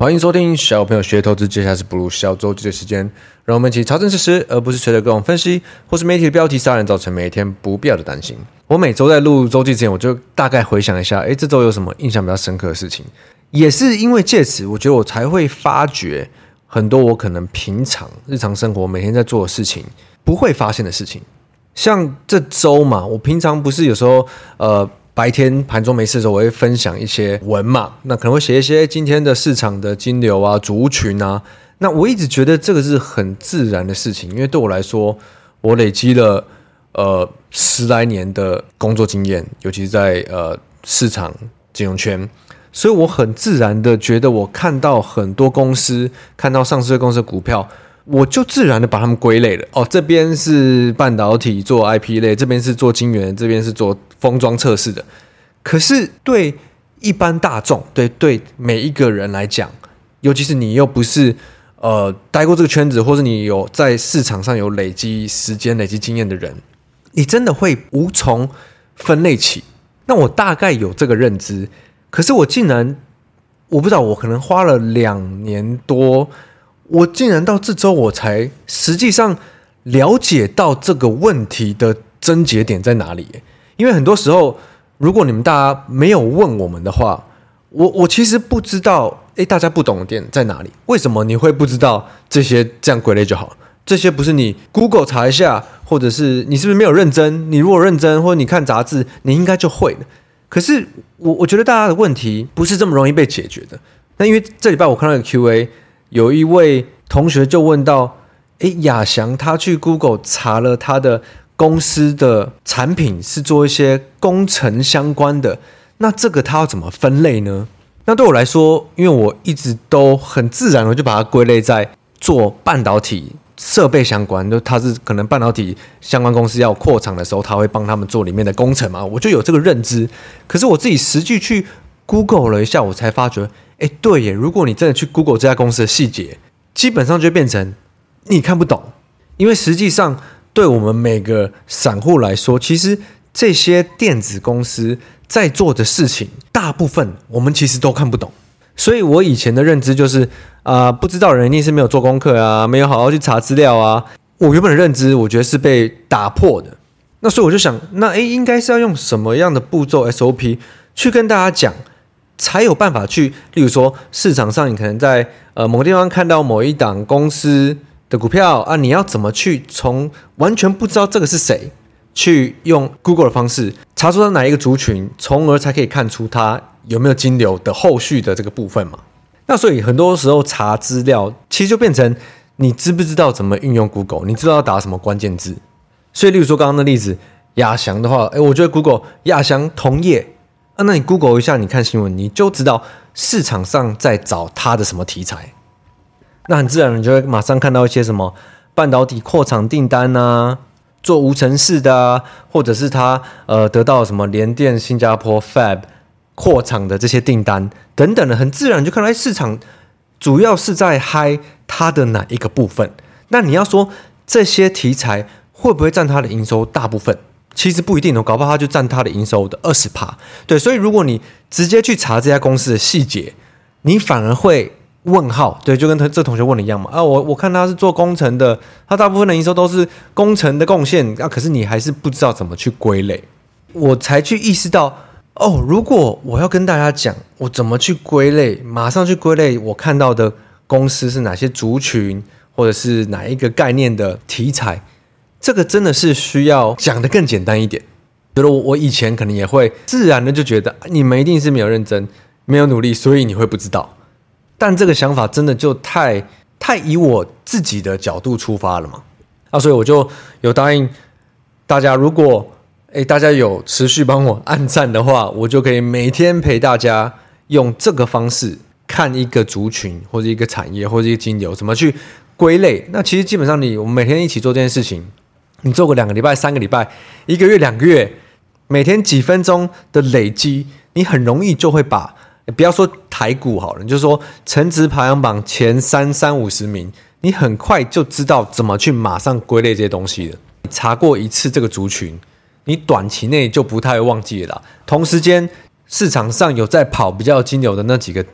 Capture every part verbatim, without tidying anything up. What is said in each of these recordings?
欢迎收听小朋友学投资，接下来是步入小周记的时间，让我们一起查证事实，而不是随着各种分析或是媒体的标题杀人，造成每天不必要的担心。我每周在录周记之前，我就大概回想一下，诶，这周有什么印象比较深刻的事情？也是因为借此，我觉得我才会发觉很多我可能平常日常生活每天在做的事情不会发现的事情。像这周嘛，我平常不是有时候呃。白天盘中没事的时候，我会分享一些文嘛，那可能会写一些今天的市场的金流啊、族群啊。那我一直觉得这个是很自然的事情，因为对我来说，我累积了呃十来年的工作经验，尤其是在呃市场金融圈，所以我很自然的觉得，我看到很多公司，看到上市公司的股票。我就自然的把它们归类了哦，这边是半导体做 I P 类，这边是做晶圆，这边是做封装测试的。可是对一般大众，对对每一个人来讲，尤其是你又不是呃待过这个圈子，或是你有在市场上有累积时间、累积经验的人，你真的会无从分类起。那我大概有这个认知，可是我竟然我不知道，我可能花了两年多。我竟然到这周我才实际上了解到这个问题的症结点在哪里耶。因为很多时候如果你们大家没有问我们的话，我我其实不知道诶大家不懂的点在哪里。为什么你会不知道这些？这样归类就好了。这些不是你 Google 查一下，或者是你是不是没有认真？你如果认真，或者你看杂志，你应该就会了。可是我我觉得大家的问题不是这么容易被解决的。那因为这礼拜我看到一个 Q A，有一位同学就问到：“诶，亚翔他去 Google 查了他的公司的产品是做一些工程相关的，那这个他要怎么分类呢？”那对我来说，因为我一直都很自然的就把它归类在做半导体设备相关，就他是可能半导体相关公司要扩厂的时候，他会帮他们做里面的工程嘛，我就有这个认知。可是我自己实际去 Google 了一下，我才发觉。哎，对耶！如果你真的去 Google 这家公司的细节，基本上就会变成你看不懂，因为实际上对我们每个散户来说，其实这些电子公司在做的事情，大部分我们其实都看不懂。所以我以前的认知就是啊、呃，不知道的人一定是没有做功课啊，没有好好去查资料啊。我原本的认知，我觉得是被打破的。那所以我就想，那哎，应该是要用什么样的步骤 S O P 去跟大家讲？才有办法去，例如说市场上，你可能在呃某个地方看到某一档公司的股票啊，你要怎么去从完全不知道这个是谁，去用 Google 的方式查出它哪一个族群，从而才可以看出它有没有金流的后续的这个部分嘛。那所以很多时候查资料，其实就变成你知不知道怎么运用 Google， 你知道要打什么关键字。所以例如说刚刚的例子，亚翔的话，诶我觉得 Google 亚翔同业。啊，那你 Google 一下，你看新闻，你就知道市场上在找它的什么题材。那很自然，你就会马上看到一些什么半导体扩厂订单啊，做无尘室的啊，或者是他呃得到什么联电新加坡 Fab 扩厂的这些订单等等的，很自然你就看到市场主要是在嗨它的哪一个部分。那你要说这些题材会不会占它的营收大部分？其实不一定哦，搞不好它就占它的营收的 百分之二十。对，所以如果你直接去查这家公司的细节，你反而会问号。对，就跟他这同学问的一样嘛。啊，我我看他是做工程的，他大部分的营收都是工程的贡献啊，可是你还是不知道怎么去归类。我才去意识到，哦，如果我要跟大家讲我怎么去归类，马上去归类我看到的公司是哪些族群，或者是哪一个概念的题材。这个真的是需要讲得更简单一点。觉得我我以前可能也会自然的就觉得你们一定是没有认真、没有努力，所以你会不知道。但这个想法真的就太太以我自己的角度出发了嘛？啊，所以我就有答应大家，如果诶大家有持续帮我按赞的话，我就可以每天陪大家用这个方式看一个族群或者一个产业或者一个金流怎么去归类。那其实基本上你我们每天一起做这件事情。你做个两个礼拜、三个礼拜、一个月、两个月，每天几分钟的累积，你很容易就会把，不要说台股好了，你就说成值排行榜前三三五十名，你很快就知道怎么去马上归类这些东西了。你查过一次这个族群，你短期内就不太会忘记了啦。同时间，市场上有在跑比较金流的那几个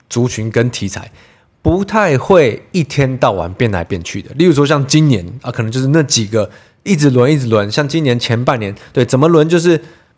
族群跟题材，不太会一天到晚变来变去的。例如说像今年啊，可能就是那几个一直轮一直轮，像今年前半年，对，怎么轮就是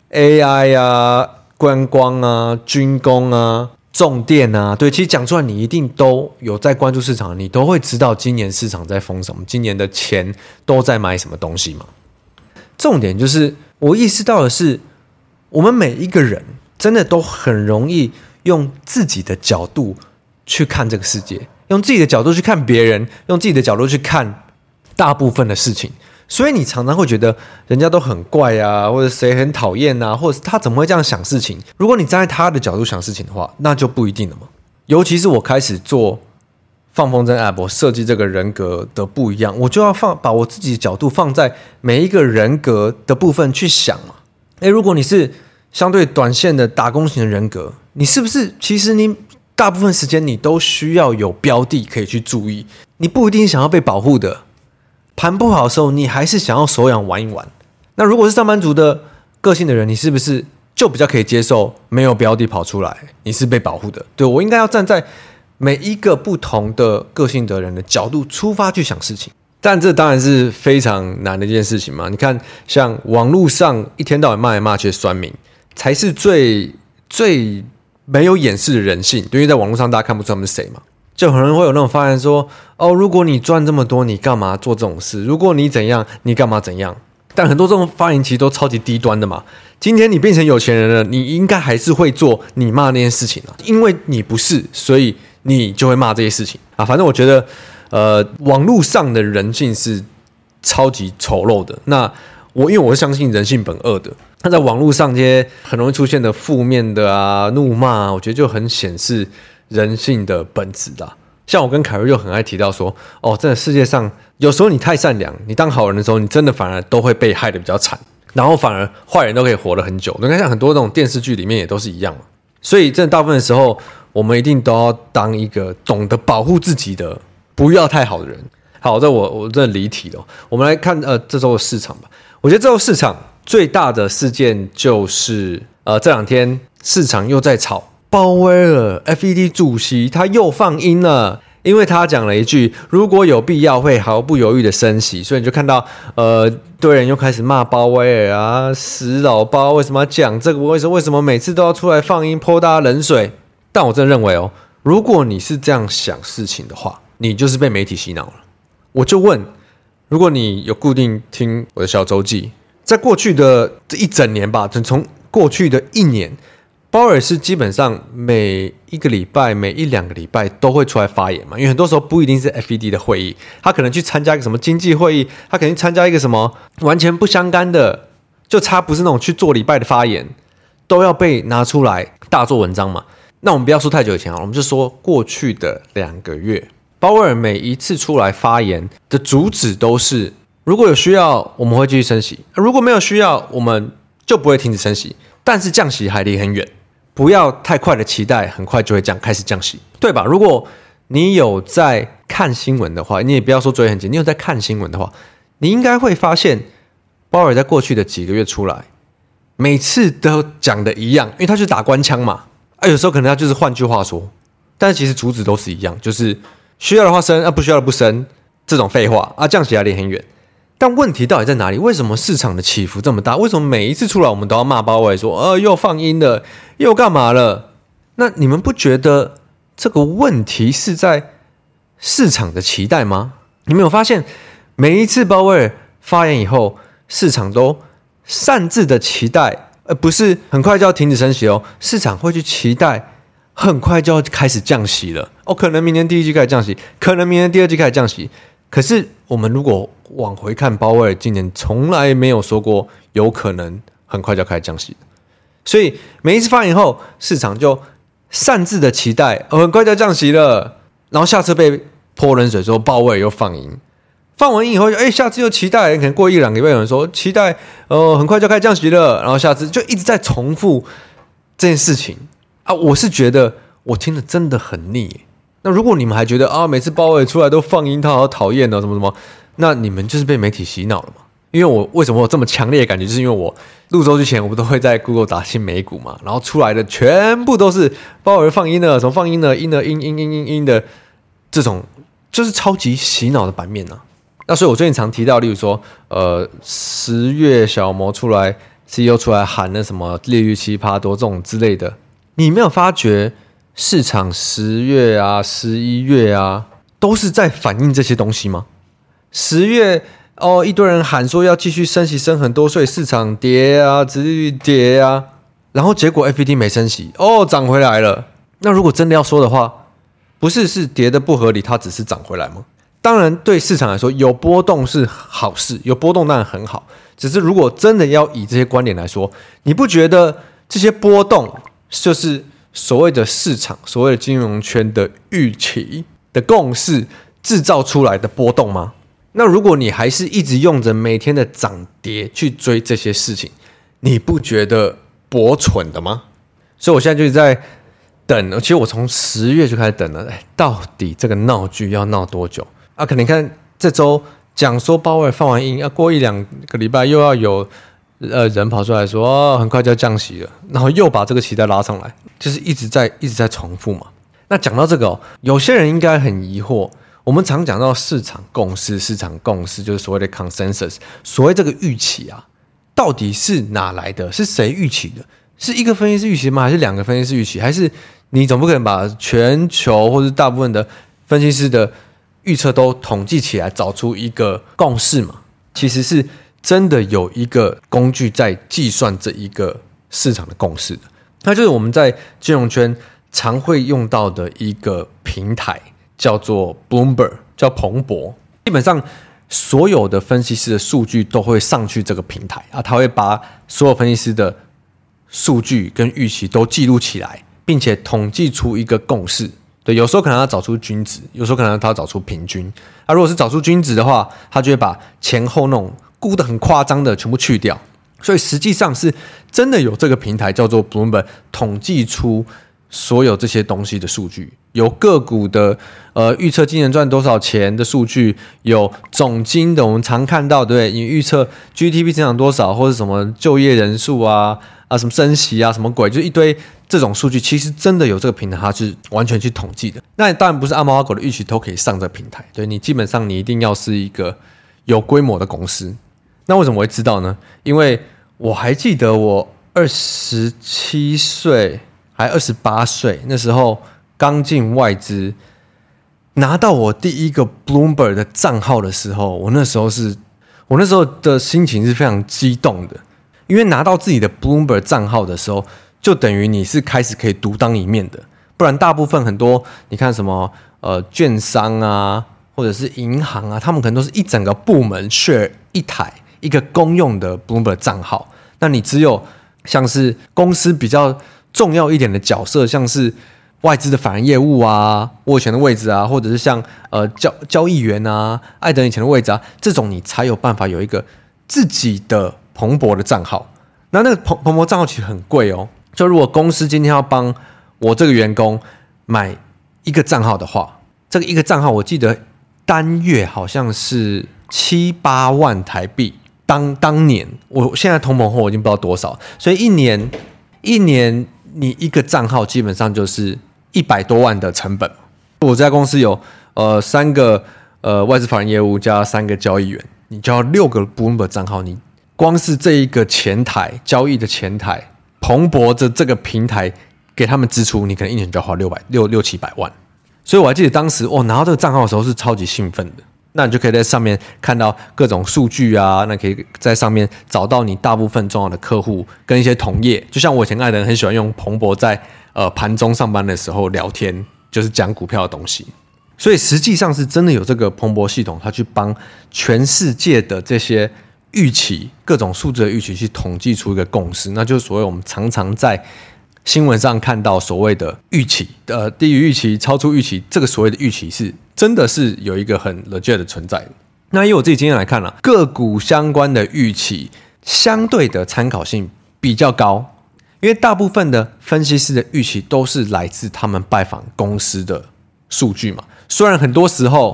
A I 啊、观光啊、军工啊、重电啊，对，其实讲出来你一定都有在关注市场，你都会知道今年市场在疯什么，今年的钱都在买什么东西嘛。重点就是我意识到的是，我们每一个人真的都很容易用自己的角度去看这个世界，用自己的角度去看别人，用自己的角度去看大部分的事情，所以你常常会觉得人家都很怪啊，或者谁很讨厌啊，或者他怎么会这样想事情。如果你站在他的角度想事情的话，那就不一定了嘛。尤其是我开始做放风筝 app， 我设计这个人格的不一样，我就要放把我自己的角度放在每一个人格的部分去想嘛。诶，如果你是相对短线的打工型的人格，你是不是其实你大部分时间你都需要有标的可以去注意，你不一定想要被保护的，盘不好的时候你还是想要手痒玩一玩。那如果是上班族的个性的人，你是不是就比较可以接受没有标的跑出来，你是被保护的？对，我应该要站在每一个不同的个性的人的角度出发去想事情，但这当然是非常难的一件事情嘛。你看，像网络上一天到晚骂来骂去的酸民，才是最最没有掩饰的人性，因为在网络上大家看不出他们是谁嘛。就很多人会有那种发言说，哦，如果你赚这么多，你干嘛做这种事？如果你怎样，你干嘛怎样？但很多这种发言其实都超级低端的嘛。今天你变成有钱人了，你应该还是会做你骂那件事情啊，因为你不是，所以你就会骂这些事情啊。反正我觉得，呃，网络上的人性是超级丑陋的。那我因为我是相信人性本恶的，那在网络上这些很容易出现的负面的啊、怒骂啊，我觉得就很显示人性的本质啦。像我跟凯瑞就很爱提到说，哦，真的世界上有时候你太善良，你当好人的时候，你真的反而都会被害得比较惨，然后反而坏人都可以活得很久。你看像很多那种电视剧里面也都是一样嘛。所以真的大部分的时候，我们一定都要当一个懂得保护自己的，不要太好的人。好，这我我真的离题了。我们来看呃这周的市场吧。我觉得这周市场最大的事件就是呃这两天市场又在炒鲍威尔 F E D 主席，他又放鹰了。因为他讲了一句如果有必要会毫不犹豫的升息，所以你就看到呃对人又开始骂鲍威尔啊，死老包为什么要讲这个，为什么为什么每次都要出来放鹰泼大家冷水。但我真的认为哦，如果你是这样想事情的话，你就是被媒体洗脑了。我就问，如果你有固定听我的小周记，在过去的这一整年吧，从过去的一年，鲍威尔是基本上每一个礼拜、每一两个礼拜都会出来发言嘛，因为很多时候不一定是 F E D 的会议，他可能去参加一个什么经济会议，他可能去参加一个什么完全不相干的，就差不是那种去做礼拜的发言，都要被拿出来大做文章嘛。那我们不要说太久以前好了，我们就说过去的两个月，鲍威尔每一次出来发言的主旨都是，如果有需要，我们会继续升息；如果没有需要，我们就不会停止升息。但是降息还离很远，不要太快的期待，很快就会降开始降息，对吧？如果你有在看新闻的话，你也不要说追很紧，你有在看新闻的话，你应该会发现，鲍威尔在过去的几个月出来，每次都讲的一样，因为他就是打官腔嘛。啊，有时候可能他就是换句话说，但是其实主旨都是一样，就是需要的话升，啊不需要的不升，这种废话啊，降息还离很远。但问题到底在哪里？为什么市场的起伏这么大？为什么每一次出来我们都要骂鲍威尔说，呃，又放鹰了，又干嘛了？那你们不觉得这个问题是在市场的期待吗？你们有发现，每一次鲍威尔发言以后，市场都擅自的期待。而不是很快就要停止升息哦，市场会去期待很快就要开始降息了哦，可能明年第一季开始降息，可能明年第二季开始降息。可是我们如果往回看，鲍威尔今年从来没有说过有可能很快就要开始降息，所以每一次发言后，市场就擅自的期待哦，很快就要降息了，然后下次被泼冷水说鲍威尔又放鹰。放完鹰以后，哎，下次又期待，可能过一两个月有人说期待，呃，很快就开始降息了，然后下次就一直在重复这件事情啊。我是觉得我听了真的很腻。那如果你们还觉得啊，每次鲍威尔出来都放鹰，他好讨厌哦，什么什么，那你们就是被媒体洗脑了嘛？因因为我为什么有这么强烈的感觉，就是因为我录周之前，我不都会在 Google 打新美股嘛，然后出来的全部都是鲍尔放音的，什么放音的，音的音音音音音的这种，就是超级洗脑的版面啊。那所以我最近常提到，例如说，呃，十月小摩出来 ，C E O 出来喊那什么利率七趴多这种之类的，你没有发觉市场十月啊、十一月啊，都是在反映这些东西吗？十月。哦，一堆人喊说要继续升息升很多，所以市场跌啊，殖利率跌啊，然后结果 F E D 没升息，哦，涨回来了。那如果真的要说的话，不是是跌的不合理，它只是涨回来吗？当然，对市场来说，有波动是好事，有波动当然很好。只是如果真的要以这些观点来说，你不觉得这些波动就是所谓的市场、所谓的金融圈的预期的共识制造出来的波动吗？那如果你还是一直用着每天的涨跌去追这些事情，你不觉得博蠢的吗？所以我现在就是在等，其实我从十月就开始等了，哎，到底这个闹剧要闹多久啊？可能你看这周讲说鲍威尔放完音，要过一两个礼拜又要有呃人跑出来说，哦，很快就要降息了，然后又把这个期待拉上来，就是一直在一直在重复嘛。那讲到这个哦，有些人应该很疑惑。我们常讲到市场共识，市场共识就是所谓的 consensus， 所谓这个预期啊，到底是哪来的？是谁预期的？是一个分析师预期吗？还是两个分析师预期？还是你总不可能把全球或是大部分的分析师的预测都统计起来，找出一个共识嘛？其实是真的有一个工具在计算这一个市场的共识的，那就是我们在金融圈常会用到的一个平台。叫做 Bloomberg， 叫彭博。基本上所有的分析师的数据都会上去这个平台啊，他会把所有分析师的数据跟预期都记录起来，并且统计出一个共识。对，有时候可能要找出均值，有时候可能他要找出平均。啊，如果是找出均值的话，他就会把前后那种估得很夸张的全部去掉。所以实际上是真的有这个平台叫做 Bloomberg， 统计出所有这些东西的数据，有个股的呃预测今年赚多少钱的数据，有总金的我们常看到，对不对？你预测 G D P 增长多少，或者什么就业人数啊啊什么升息啊什么鬼，就一堆这种数据，其实真的有这个平台，它是完全去统计的。那当然不是阿猫阿狗的预期都可以上这个平台，对你基本上你一定要是一个有规模的公司。那为什么我会知道呢？因为我还记得我二十七岁。还二十八岁，那时候刚进外资，拿到我第一个 Bloomberg 的账号的时候，我那时候是，我那时候的心情是非常激动的，因为拿到自己的 Bloomberg 账号的时候，就等于你是开始可以独当一面的，不然大部分很多你看什么呃券商啊，或者是银行啊，他们可能都是一整个部门 share 一台一个公用的 Bloomberg 账号，那你只有像是公司比较重要一点的角色，像是外资的法人业务啊、握权的位置啊，或者是像呃交交易员啊、艾德以前的位置啊，这种你才有办法有一个自己的彭博的账号。那那个彭彭博账号其实很贵哦，就如果公司今天要帮我这个员工买一个账号的话，这个一个账号我记得单月好像是七八万台币。当当年我现在通膨后我已经不知道多少，所以一年一年。你一个账号基本上就是一百多万的成本。我这家公司有呃三个呃外资法人业务加三个交易员，你就要六个 Bloomberg 账号，你光是这一个前台交易的前台，彭博的这个平台给他们支出，你可能一年就要花六百六六七百万。所以我还记得当时我、哦、拿到这个账号的时候是超级兴奋的。那你就可以在上面看到各种数据啊，那可以在上面找到你大部分重要的客户跟一些同业，就像我以前爱的人很喜欢用彭博在呃盘中上班的时候聊天，就是讲股票的东西。所以实际上是真的有这个彭博系统，它去帮全世界的这些预期、各种数字的预期去统计出一个共识，那就是所谓我们常常在新闻上看到所谓的预期，呃，低于预期、超出预期，这个所谓的预期是真的是有一个很 legit 的存在的。那以我自己经验来看啦、啊，个股相关的预期相对的参考性比较高，因为大部分的分析师的预期都是来自他们拜访公司的数据嘛。虽然很多时候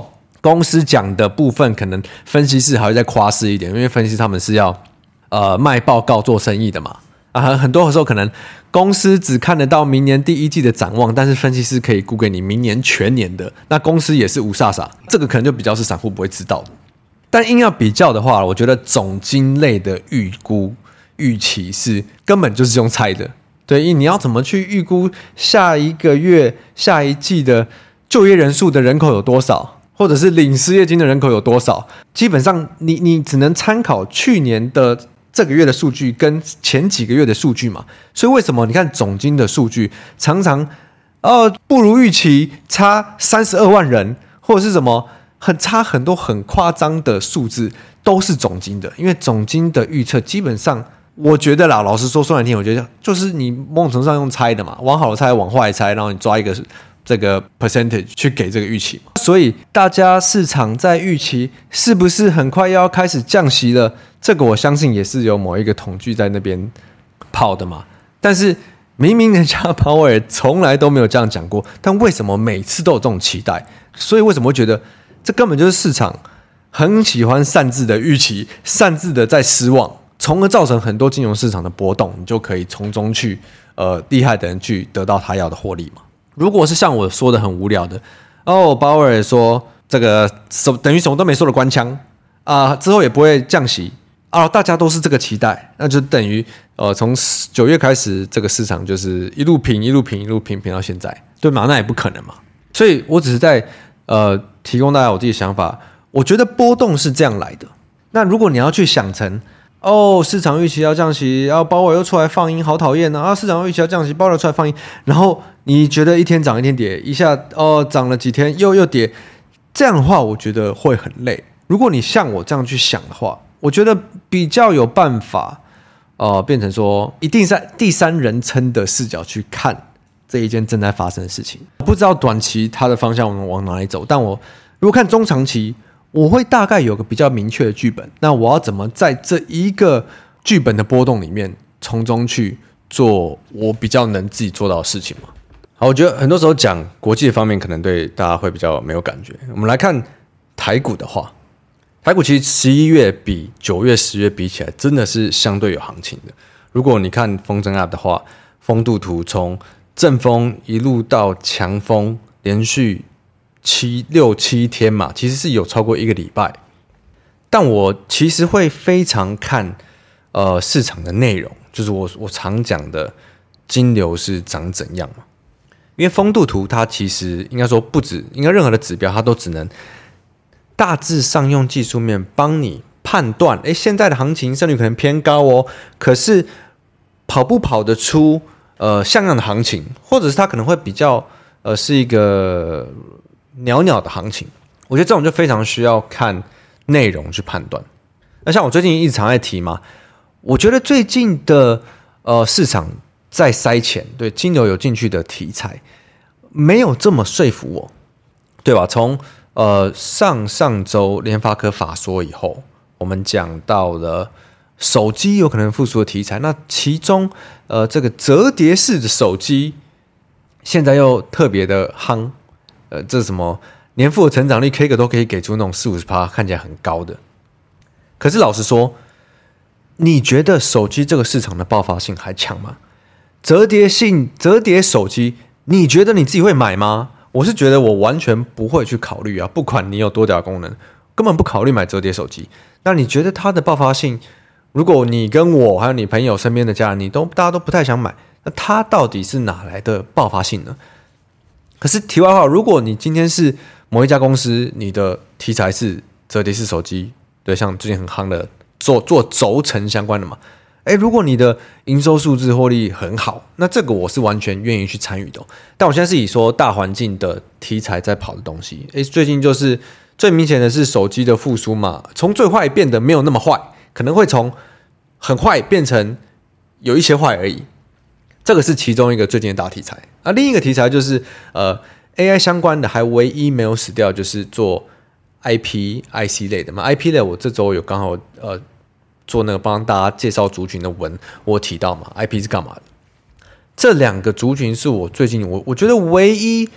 公司讲的部分，可能分析师还会再夸饰一点，因为分析师他们是要呃卖报告做生意的嘛。啊，很多时候可能公司只看得到明年第一季的展望，但是分析师可以估给你明年全年的，那公司也是无煞煞，这个可能就比较是散户不会知道的。但硬要比较的话，我觉得总经类的预估预期是根本就是用猜的。对，你要怎么去预估下一个月、下一季的就业人数的人口有多少，或者是领失业金的人口有多少？基本上你你只能参考去年的这个月的数据跟前几个月的数据嘛。所以为什么你看总经的数据常常呃不如预期，差三十二万人，或者是什么很差很多很夸张的数字，都是总经的，因为总经的预测基本上。我觉得啦，老实说，说难听，我觉得就是你某种程度上用猜的嘛，往好的猜，往坏的猜，然后你抓一个这个 percentage 去给这个预期嘛。所以大家市场在预期是不是很快要开始降息了？这个我相信也是有某一个统计在那边跑的嘛。但是明明人家鲍威尔从来都没有这样讲过，但为什么每次都有这种期待？所以为什么会觉得这根本就是市场很喜欢擅自的预期，擅自的在失望？从而造成很多金融市场的波动，你就可以从中去呃厉害的人去得到他要的获利嘛。如果是像我说的很无聊的，哦，鲍威尔说这个等于什么都没说的官腔啊、呃，之后也不会降息啊，大家都是这个期待，那就等于呃从九月开始，这个市场就是一路平一路平一路平平到现在，对吗？那也不可能嘛。所以我只是在呃提供大家我自己的想法，我觉得波动是这样来的。那如果你要去想成哦，市场预期要降息，然后鲍威尔又出来放鹰，好讨厌啊！市场预期要降息，鲍威尔出来放鹰，然后你觉得一天涨一天跌，一下哦涨了几天又又跌，这样的话我觉得会很累。如果你像我这样去想的话，我觉得比较有办法，呃，变成说一定在第三人称的视角去看这一件正在发生的事情。不知道短期它的方向往哪里走，但我如果看中长期。我会大概有个比较明确的剧本，那我要怎么在这一个剧本的波动里面，从中去做我比较能自己做到的事情嘛？好，我觉得很多时候讲国际的方面，可能对大家会比较没有感觉。我们来看台股的话，台股其实十一月比九月、十月比起来，真的是相对有行情的。如果你看风筝 App 的话，风度图从正风一路到强风，连续七六七天嘛，其实是有超过一个礼拜。但我其实会非常看呃市场的内容，就是我我常讲的金流是长怎样嘛。因为风度图它其实应该说不止，应该任何的指标它都只能大致上用技术面帮你判断，哎，现在的行情胜率可能偏高哦，可是跑不跑得出呃像样的行情，或者是它可能会比较呃是一个袅袅的行情，我觉得这种就非常需要看内容去判断。那像我最近一直常在提嘛，我觉得最近的呃市场在筛钱，对金流有进去的题材，没有这么说服我，对吧？从呃上上周联发科法说以后，我们讲到了手机有可能复苏的题材，那其中呃这个折叠式的手机现在又特别的夯。呃，这是什么年复的成长率 K 个都可以给出那种百分之四五十，看起来很高的。可是老实说，你觉得手机这个市场的爆发性还强吗？折叠性折叠手机，你觉得你自己会买吗？我是觉得我完全不会去考虑啊，不管你有多屌功能，根本不考虑买折叠手机。那你觉得它的爆发性，如果你跟我还有你朋友身边的家人，你都大家都不太想买，那它到底是哪来的爆发性呢？可是题外话，如果你今天是某一家公司，你的题材是折叠式手机，对，像最近很夯的做做轴承相关的嘛，哎，如果你的营收数字获利很好，那这个我是完全愿意去参与的。但我现在是以说大环境的题材在跑的东西，哎，最近就是最明显的是手机的复苏嘛，从最坏变得没有那么坏，可能会从很坏变成有一些坏而已。这个是其中一个最近的大题材啊，另一个题材就是呃 A I 相关的，还唯一没有死掉就是做 I P、I C 类的嘛。I P 类我这周有刚好呃做那个帮大家介绍族群的文，我提到嘛 ，I P 是干嘛的？这两个族群是我最近我我觉得唯一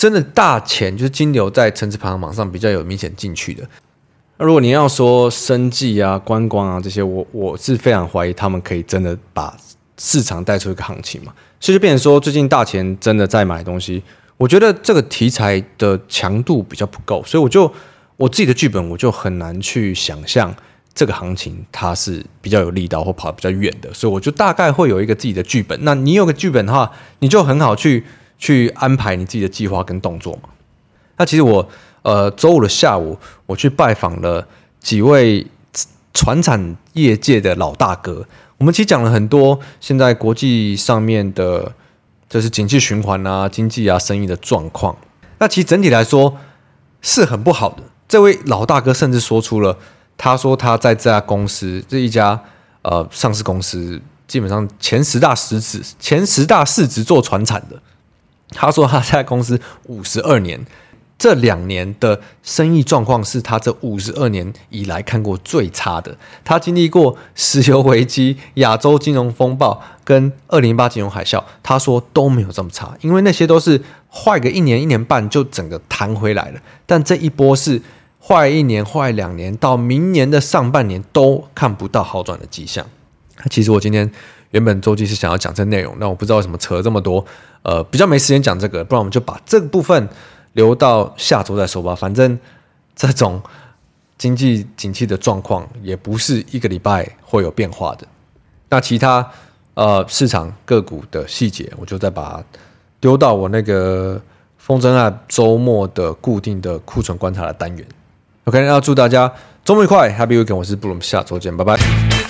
真的大钱就是金流在成值排行榜上比较有明显进去的。 那如果你要说生技啊、观光啊这些，我我是非常怀疑他们可以真的把市场带出一个行情嘛，所以就变成说最近大钱真的在买东西，我觉得这个题材的强度比较不够，所以我就我自己的剧本我就很难去想象这个行情它是比较有力道或跑得比较远的，所以我就大概会有一个自己的剧本。那你有个剧本的话，你就很好去去安排你自己的计划跟动作嘛。那其实我呃周五的下午我去拜访了几位传产业界的老大哥，我们其实讲了很多现在国际上面的就是景气循环啊、经济啊、生意的状况。那其实整体来说是很不好的。这位老大哥甚至说出了，他说他在这家公司，这一家呃上市公司，基本上前十大市值、前十大市值做传产的。他说他在公司五十二年，这两年的生意状况是他这五十二年以来看过最差的。他经历过石油危机、亚洲金融风暴跟二零一八金融海啸，他说都没有这么差，因为那些都是坏个一年一年半就整个弹回来了，但这一波是坏一年、坏两年，到明年的上半年都看不到好转的迹象。其实我今天原本周记是想要讲这内容，但我不知道为什么扯了这么多，呃，比较没时间讲这个，不然我们就把这个部分留到下周再说吧。反正这种经济景气的状况也不是一个礼拜会有变化的。那其他呃市场个股的细节，我就再把它丢到我那个风筝App周末的固定的库存观察的单元。OK， 要祝大家周末愉快 ，Happy Weekend！ 我是布鲁，下周见，拜拜。